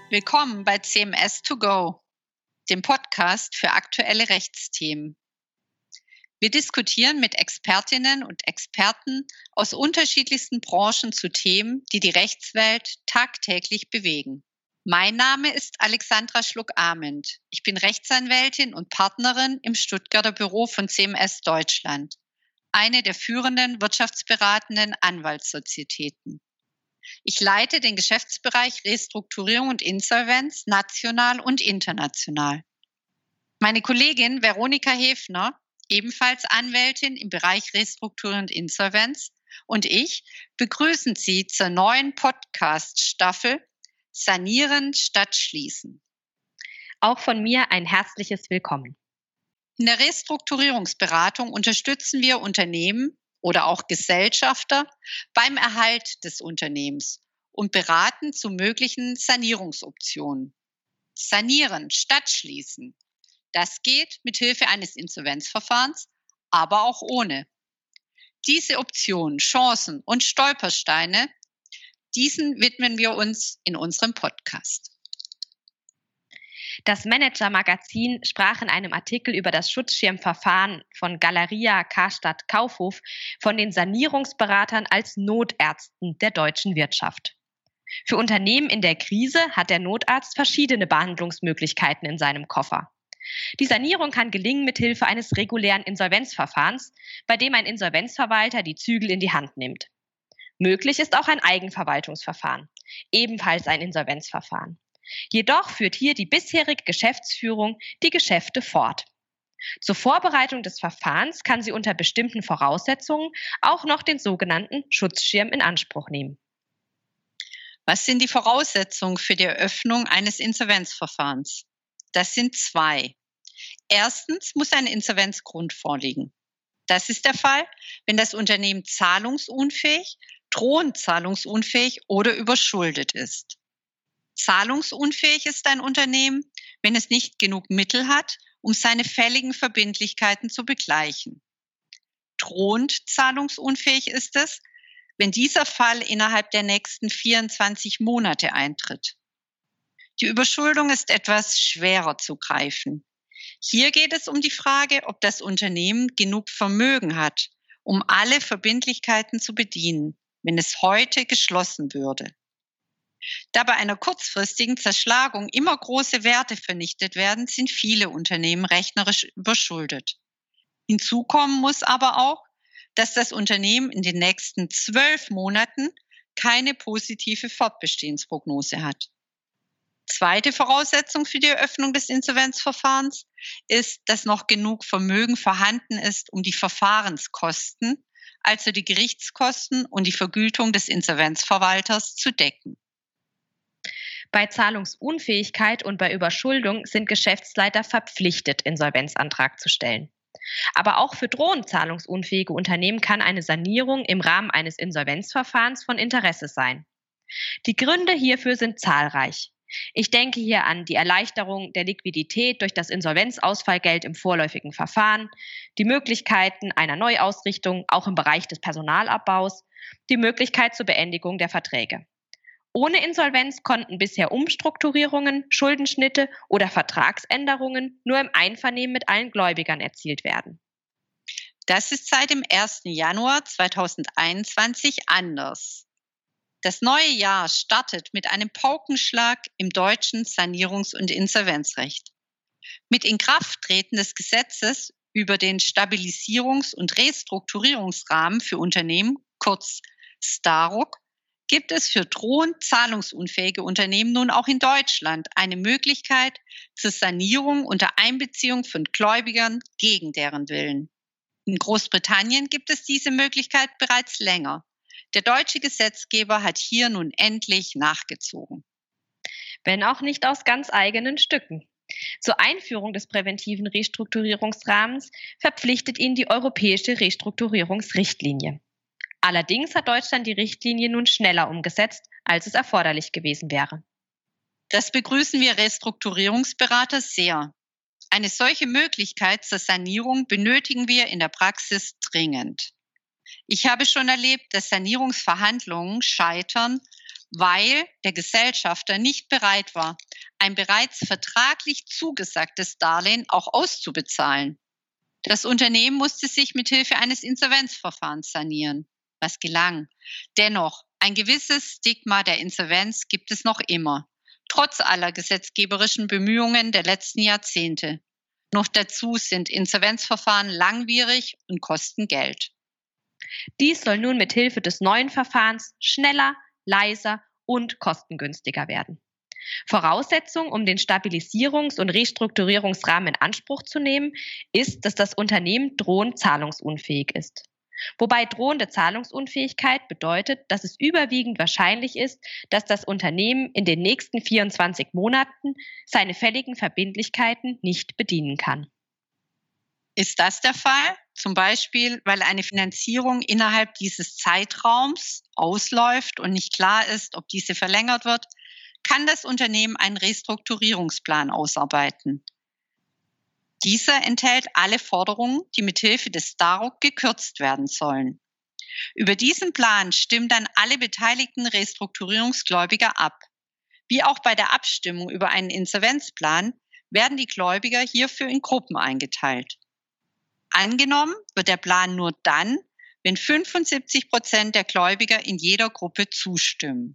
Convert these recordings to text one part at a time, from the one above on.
Willkommen bei CMS to go, dem Podcast für aktuelle Rechtsthemen. Wir diskutieren mit Expertinnen und Experten aus unterschiedlichsten Branchen zu Themen, die die Rechtswelt tagtäglich bewegen. Mein Name ist Alexandra Schluck-Ahment. Ich bin Rechtsanwältin und Partnerin im Stuttgarter Büro von CMS Deutschland, eine der führenden wirtschaftsberatenden Anwaltssozietäten. Ich leite den Geschäftsbereich Restrukturierung und Insolvenz national und international. Meine Kollegin Veronika Hefner, ebenfalls Anwältin im Bereich Restrukturierung und Insolvenz, und ich begrüßen Sie zur neuen Podcast-Staffel Sanieren statt Schließen. Auch von mir ein herzliches Willkommen. In der Restrukturierungsberatung unterstützen wir Unternehmen oder auch Gesellschafter beim Erhalt des Unternehmens und beraten zu möglichen Sanierungsoptionen. Sanieren statt schließen. Das geht mit Hilfe eines Insolvenzverfahrens, aber auch ohne. Diese Optionen, Chancen und Stolpersteine, diesen widmen wir uns in unserem Podcast. Das Manager-Magazin sprach in einem Artikel über das Schutzschirmverfahren von Galeria Karstadt Kaufhof von den Sanierungsberatern als Notärzten der deutschen Wirtschaft. Für Unternehmen in der Krise hat der Notarzt verschiedene Behandlungsmöglichkeiten in seinem Koffer. Die Sanierung kann gelingen mithilfe eines regulären Insolvenzverfahrens, bei dem ein Insolvenzverwalter die Zügel in die Hand nimmt. Möglich ist auch ein Eigenverwaltungsverfahren, ebenfalls ein Insolvenzverfahren. Jedoch führt hier die bisherige Geschäftsführung die Geschäfte fort. Zur Vorbereitung des Verfahrens kann sie unter bestimmten Voraussetzungen auch noch den sogenannten Schutzschirm in Anspruch nehmen. Was sind die Voraussetzungen für die Eröffnung eines Insolvenzverfahrens? Das sind zwei. Erstens muss ein Insolvenzgrund vorliegen. Das ist der Fall, wenn das Unternehmen zahlungsunfähig, drohend zahlungsunfähig oder überschuldet ist. Zahlungsunfähig ist ein Unternehmen, wenn es nicht genug Mittel hat, um seine fälligen Verbindlichkeiten zu begleichen. Drohend zahlungsunfähig ist es, wenn dieser Fall innerhalb der nächsten 24 Monate eintritt. Die Überschuldung ist etwas schwerer zu greifen. Hier geht es um die Frage, ob das Unternehmen genug Vermögen hat, um alle Verbindlichkeiten zu bedienen, wenn es heute geschlossen würde. Da bei einer kurzfristigen Zerschlagung immer große Werte vernichtet werden, sind viele Unternehmen rechnerisch überschuldet. Hinzu kommen muss aber auch, dass das Unternehmen in den nächsten 12 Monaten keine positive Fortbestehensprognose hat. Zweite Voraussetzung für die Eröffnung des Insolvenzverfahrens ist, dass noch genug Vermögen vorhanden ist, um die Verfahrenskosten, also die Gerichtskosten und die Vergütung des Insolvenzverwalters zu decken. Bei Zahlungsunfähigkeit und bei Überschuldung sind Geschäftsleiter verpflichtet, Insolvenzantrag zu stellen. Aber auch für drohend zahlungsunfähige Unternehmen kann eine Sanierung im Rahmen eines Insolvenzverfahrens von Interesse sein. Die Gründe hierfür sind zahlreich. Ich denke hier an die Erleichterung der Liquidität durch das Insolvenzausfallgeld im vorläufigen Verfahren, die Möglichkeiten einer Neuausrichtung auch im Bereich des Personalabbaus, die Möglichkeit zur Beendigung der Verträge. Ohne Insolvenz konnten bisher Umstrukturierungen, Schuldenschnitte oder Vertragsänderungen nur im Einvernehmen mit allen Gläubigern erzielt werden. Das ist seit dem 1. Januar 2021 anders. Das neue Jahr startet mit einem Paukenschlag im deutschen Sanierungs- und Insolvenzrecht. Mit Inkrafttreten des Gesetzes über den Stabilisierungs- und Restrukturierungsrahmen für Unternehmen, kurz STARUK, gibt es für drohend zahlungsunfähige Unternehmen nun auch in Deutschland eine Möglichkeit zur Sanierung unter Einbeziehung von Gläubigern gegen deren Willen. In Großbritannien gibt es diese Möglichkeit bereits länger. Der deutsche Gesetzgeber hat hier nun endlich nachgezogen. Wenn auch nicht aus ganz eigenen Stücken. Zur Einführung des präventiven Restrukturierungsrahmens verpflichtet ihn die Europäische Restrukturierungsrichtlinie. Allerdings hat Deutschland die Richtlinie nun schneller umgesetzt, als es erforderlich gewesen wäre. Das begrüßen wir Restrukturierungsberater sehr. Eine solche Möglichkeit zur Sanierung benötigen wir in der Praxis dringend. Ich habe schon erlebt, dass Sanierungsverhandlungen scheitern, weil der Gesellschafter nicht bereit war, ein bereits vertraglich zugesagtes Darlehen auch auszubezahlen. Das Unternehmen musste sich mithilfe eines Insolvenzverfahrens sanieren, was gelang. Dennoch, ein gewisses Stigma der Insolvenz gibt es noch immer, trotz aller gesetzgeberischen Bemühungen der letzten Jahrzehnte. Noch dazu sind Insolvenzverfahren langwierig und kosten Geld. Dies soll nun mit Hilfe des neuen Verfahrens schneller, leiser und kostengünstiger werden. Voraussetzung, um den Stabilisierungs- und Restrukturierungsrahmen in Anspruch zu nehmen, ist, dass das Unternehmen drohend zahlungsunfähig ist. Wobei drohende Zahlungsunfähigkeit bedeutet, dass es überwiegend wahrscheinlich ist, dass das Unternehmen in den nächsten 24 Monaten seine fälligen Verbindlichkeiten nicht bedienen kann. Ist das der Fall? Zum Beispiel, weil eine Finanzierung innerhalb dieses Zeitraums ausläuft und nicht klar ist, ob diese verlängert wird, kann das Unternehmen einen Restrukturierungsplan ausarbeiten. Dieser enthält alle Forderungen, die mithilfe des Staruk gekürzt werden sollen. Über diesen Plan stimmen dann alle beteiligten Restrukturierungsgläubiger ab. Wie auch bei der Abstimmung über einen Insolvenzplan werden die Gläubiger hierfür in Gruppen eingeteilt. Angenommen wird der Plan nur dann, wenn 75% der Gläubiger in jeder Gruppe zustimmen.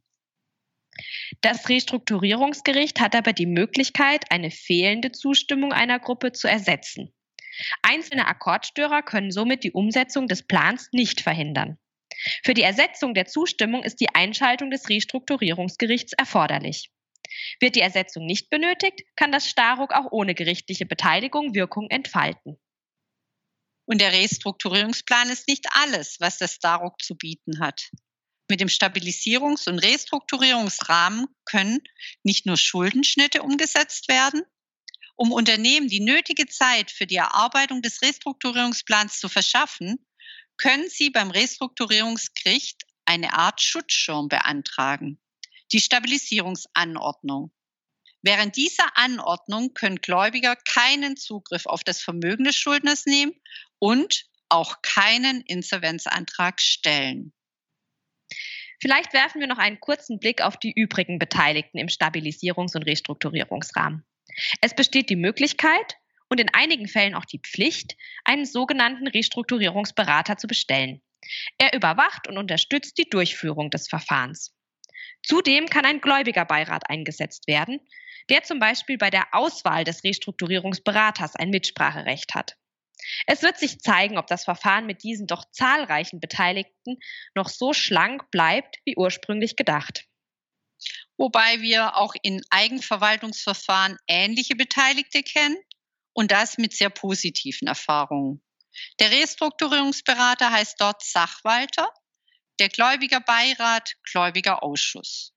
Das Restrukturierungsgericht hat aber die Möglichkeit, eine fehlende Zustimmung einer Gruppe zu ersetzen. Einzelne Akkordstörer können somit die Umsetzung des Plans nicht verhindern. Für die Ersetzung der Zustimmung ist die Einschaltung des Restrukturierungsgerichts erforderlich. Wird die Ersetzung nicht benötigt, kann das Staruk auch ohne gerichtliche Beteiligung Wirkung entfalten. Und der Restrukturierungsplan ist nicht alles, was das Staruk zu bieten hat. Mit dem Stabilisierungs- und Restrukturierungsrahmen können nicht nur Schuldenschnitte umgesetzt werden. Um Unternehmen die nötige Zeit für die Erarbeitung des Restrukturierungsplans zu verschaffen, können sie beim Restrukturierungsgericht eine Art Schutzschirm beantragen, die Stabilisierungsanordnung. Während dieser Anordnung können Gläubiger keinen Zugriff auf das Vermögen des Schuldners nehmen und auch keinen Insolvenzantrag stellen. Vielleicht werfen wir noch einen kurzen Blick auf die übrigen Beteiligten im Stabilisierungs- und Restrukturierungsrahmen. Es besteht die Möglichkeit und in einigen Fällen auch die Pflicht, einen sogenannten Restrukturierungsberater zu bestellen. Er überwacht und unterstützt die Durchführung des Verfahrens. Zudem kann ein Gläubigerbeirat eingesetzt werden, der zum Beispiel bei der Auswahl des Restrukturierungsberaters ein Mitspracherecht hat. Es wird sich zeigen, ob das Verfahren mit diesen doch zahlreichen Beteiligten noch so schlank bleibt, wie ursprünglich gedacht. Wobei wir auch in Eigenverwaltungsverfahren ähnliche Beteiligte kennen und das mit sehr positiven Erfahrungen. Der Restrukturierungsberater heißt dort Sachwalter, der Gläubigerbeirat Gläubigerausschuss.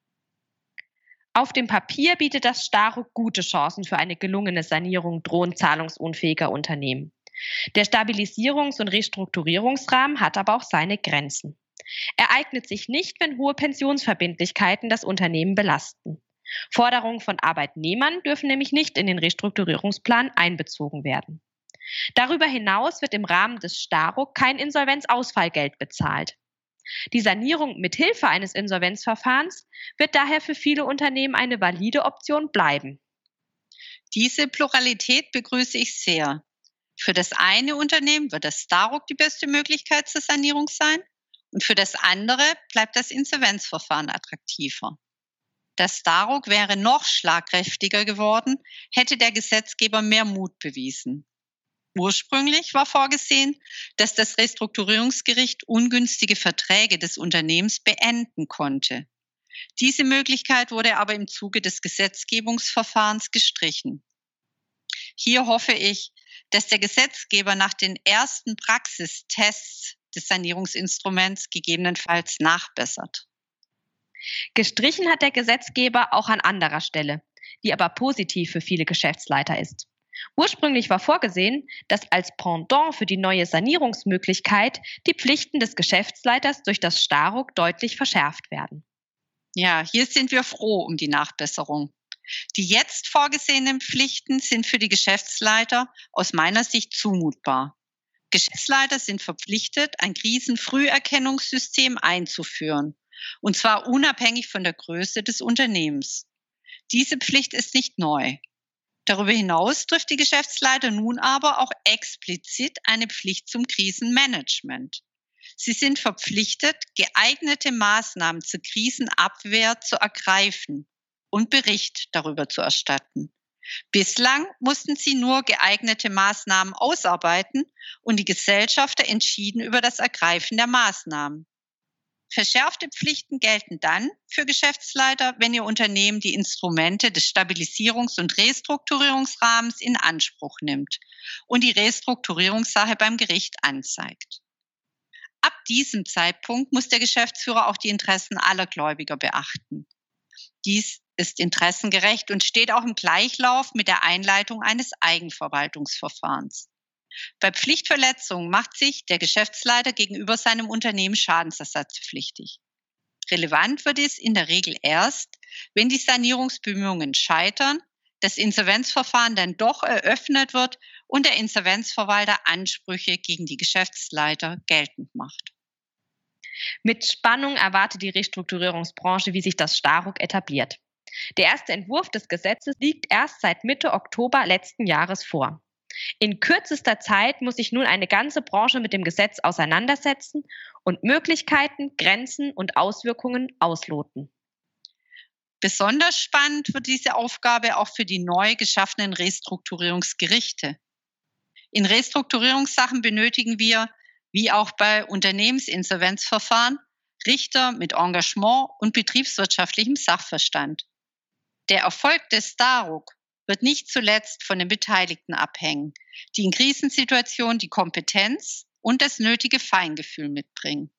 Auf dem Papier bietet das Staruk gute Chancen für eine gelungene Sanierung drohend zahlungsunfähiger Unternehmen. Der Stabilisierungs- und Restrukturierungsrahmen hat aber auch seine Grenzen. Er eignet sich nicht, wenn hohe Pensionsverbindlichkeiten das Unternehmen belasten. Forderungen von Arbeitnehmern dürfen nämlich nicht in den Restrukturierungsplan einbezogen werden. Darüber hinaus wird im Rahmen des Staruk kein Insolvenzausfallgeld bezahlt. Die Sanierung mit Hilfe eines Insolvenzverfahrens wird daher für viele Unternehmen eine valide Option bleiben. Diese Pluralität begrüße ich sehr. Für das eine Unternehmen wird das Staruk die beste Möglichkeit zur Sanierung sein und für das andere bleibt das Insolvenzverfahren attraktiver. Das Staruk wäre noch schlagkräftiger geworden, hätte der Gesetzgeber mehr Mut bewiesen. Ursprünglich war vorgesehen, dass das Restrukturierungsgericht ungünstige Verträge des Unternehmens beenden konnte. Diese Möglichkeit wurde aber im Zuge des Gesetzgebungsverfahrens gestrichen. Hier hoffe ich, dass der Gesetzgeber nach den ersten Praxistests des Sanierungsinstruments gegebenenfalls nachbessert. Gestrichen hat der Gesetzgeber auch an anderer Stelle, die aber positiv für viele Geschäftsleiter ist. Ursprünglich war vorgesehen, dass als Pendant für die neue Sanierungsmöglichkeit die Pflichten des Geschäftsleiters durch das Staruk deutlich verschärft werden. Ja, hier sind wir froh um die Nachbesserung. Die jetzt vorgesehenen Pflichten sind für die Geschäftsleiter aus meiner Sicht zumutbar. Geschäftsleiter sind verpflichtet, ein Krisenfrüherkennungssystem einzuführen, und zwar unabhängig von der Größe des Unternehmens. Diese Pflicht ist nicht neu. Darüber hinaus trifft die Geschäftsleiter nun aber auch explizit eine Pflicht zum Krisenmanagement. Sie sind verpflichtet, geeignete Maßnahmen zur Krisenabwehr zu ergreifen und Bericht darüber zu erstatten. Bislang mussten sie nur geeignete Maßnahmen ausarbeiten und die Gesellschafter entschieden über das Ergreifen der Maßnahmen. Verschärfte Pflichten gelten dann für Geschäftsleiter, wenn ihr Unternehmen die Instrumente des Stabilisierungs- und Restrukturierungsrahmens in Anspruch nimmt und die Restrukturierungssache beim Gericht anzeigt. Ab diesem Zeitpunkt muss der Geschäftsführer auch die Interessen aller Gläubiger beachten. Dies ist interessengerecht und steht auch im Gleichlauf mit der Einleitung eines Eigenverwaltungsverfahrens. Bei Pflichtverletzungen macht sich der Geschäftsleiter gegenüber seinem Unternehmen schadensersatzpflichtig. Relevant wird es in der Regel erst, wenn die Sanierungsbemühungen scheitern, das Insolvenzverfahren dann doch eröffnet wird und der Insolvenzverwalter Ansprüche gegen die Geschäftsleiter geltend macht. Mit Spannung erwartet die Restrukturierungsbranche, wie sich das Staruk etabliert. Der erste Entwurf des Gesetzes liegt erst seit Mitte Oktober letzten Jahres vor. In kürzester Zeit muss sich nun eine ganze Branche mit dem Gesetz auseinandersetzen und Möglichkeiten, Grenzen und Auswirkungen ausloten. Besonders spannend wird diese Aufgabe auch für die neu geschaffenen Restrukturierungsgerichte. In Restrukturierungssachen benötigen wir, wie auch bei Unternehmensinsolvenzverfahren, Richter mit Engagement und betriebswirtschaftlichem Sachverstand. Der Erfolg des Staruk wird nicht zuletzt von den Beteiligten abhängen, die in Krisensituationen die Kompetenz und das nötige Feingefühl mitbringen.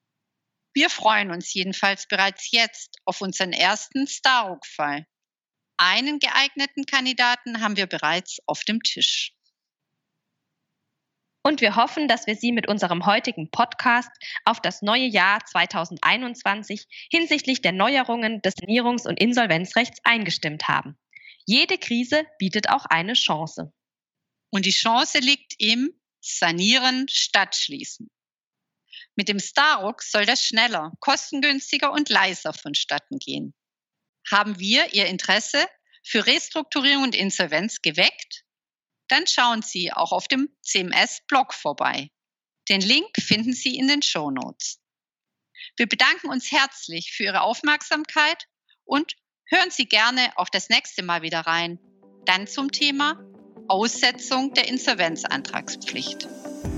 Wir freuen uns jedenfalls bereits jetzt auf unseren ersten Staruk-Fall. Einen geeigneten Kandidaten haben wir bereits auf dem Tisch. Und wir hoffen, dass wir Sie mit unserem heutigen Podcast auf das neue Jahr 2021 hinsichtlich der Neuerungen des Sanierungs- und Insolvenzrechts eingestimmt haben. Jede Krise bietet auch eine Chance. Und die Chance liegt im Sanieren statt Schließen. Mit dem Staruk soll das schneller, kostengünstiger und leiser vonstatten gehen. Haben wir Ihr Interesse für Restrukturierung und Insolvenz geweckt? Dann schauen Sie auch auf dem CMS-Blog vorbei. Den Link finden Sie in den Shownotes. Wir bedanken uns herzlich für Ihre Aufmerksamkeit und hören Sie gerne auch das nächste Mal wieder rein. Dann zum Thema Aussetzung der Insolvenzantragspflicht.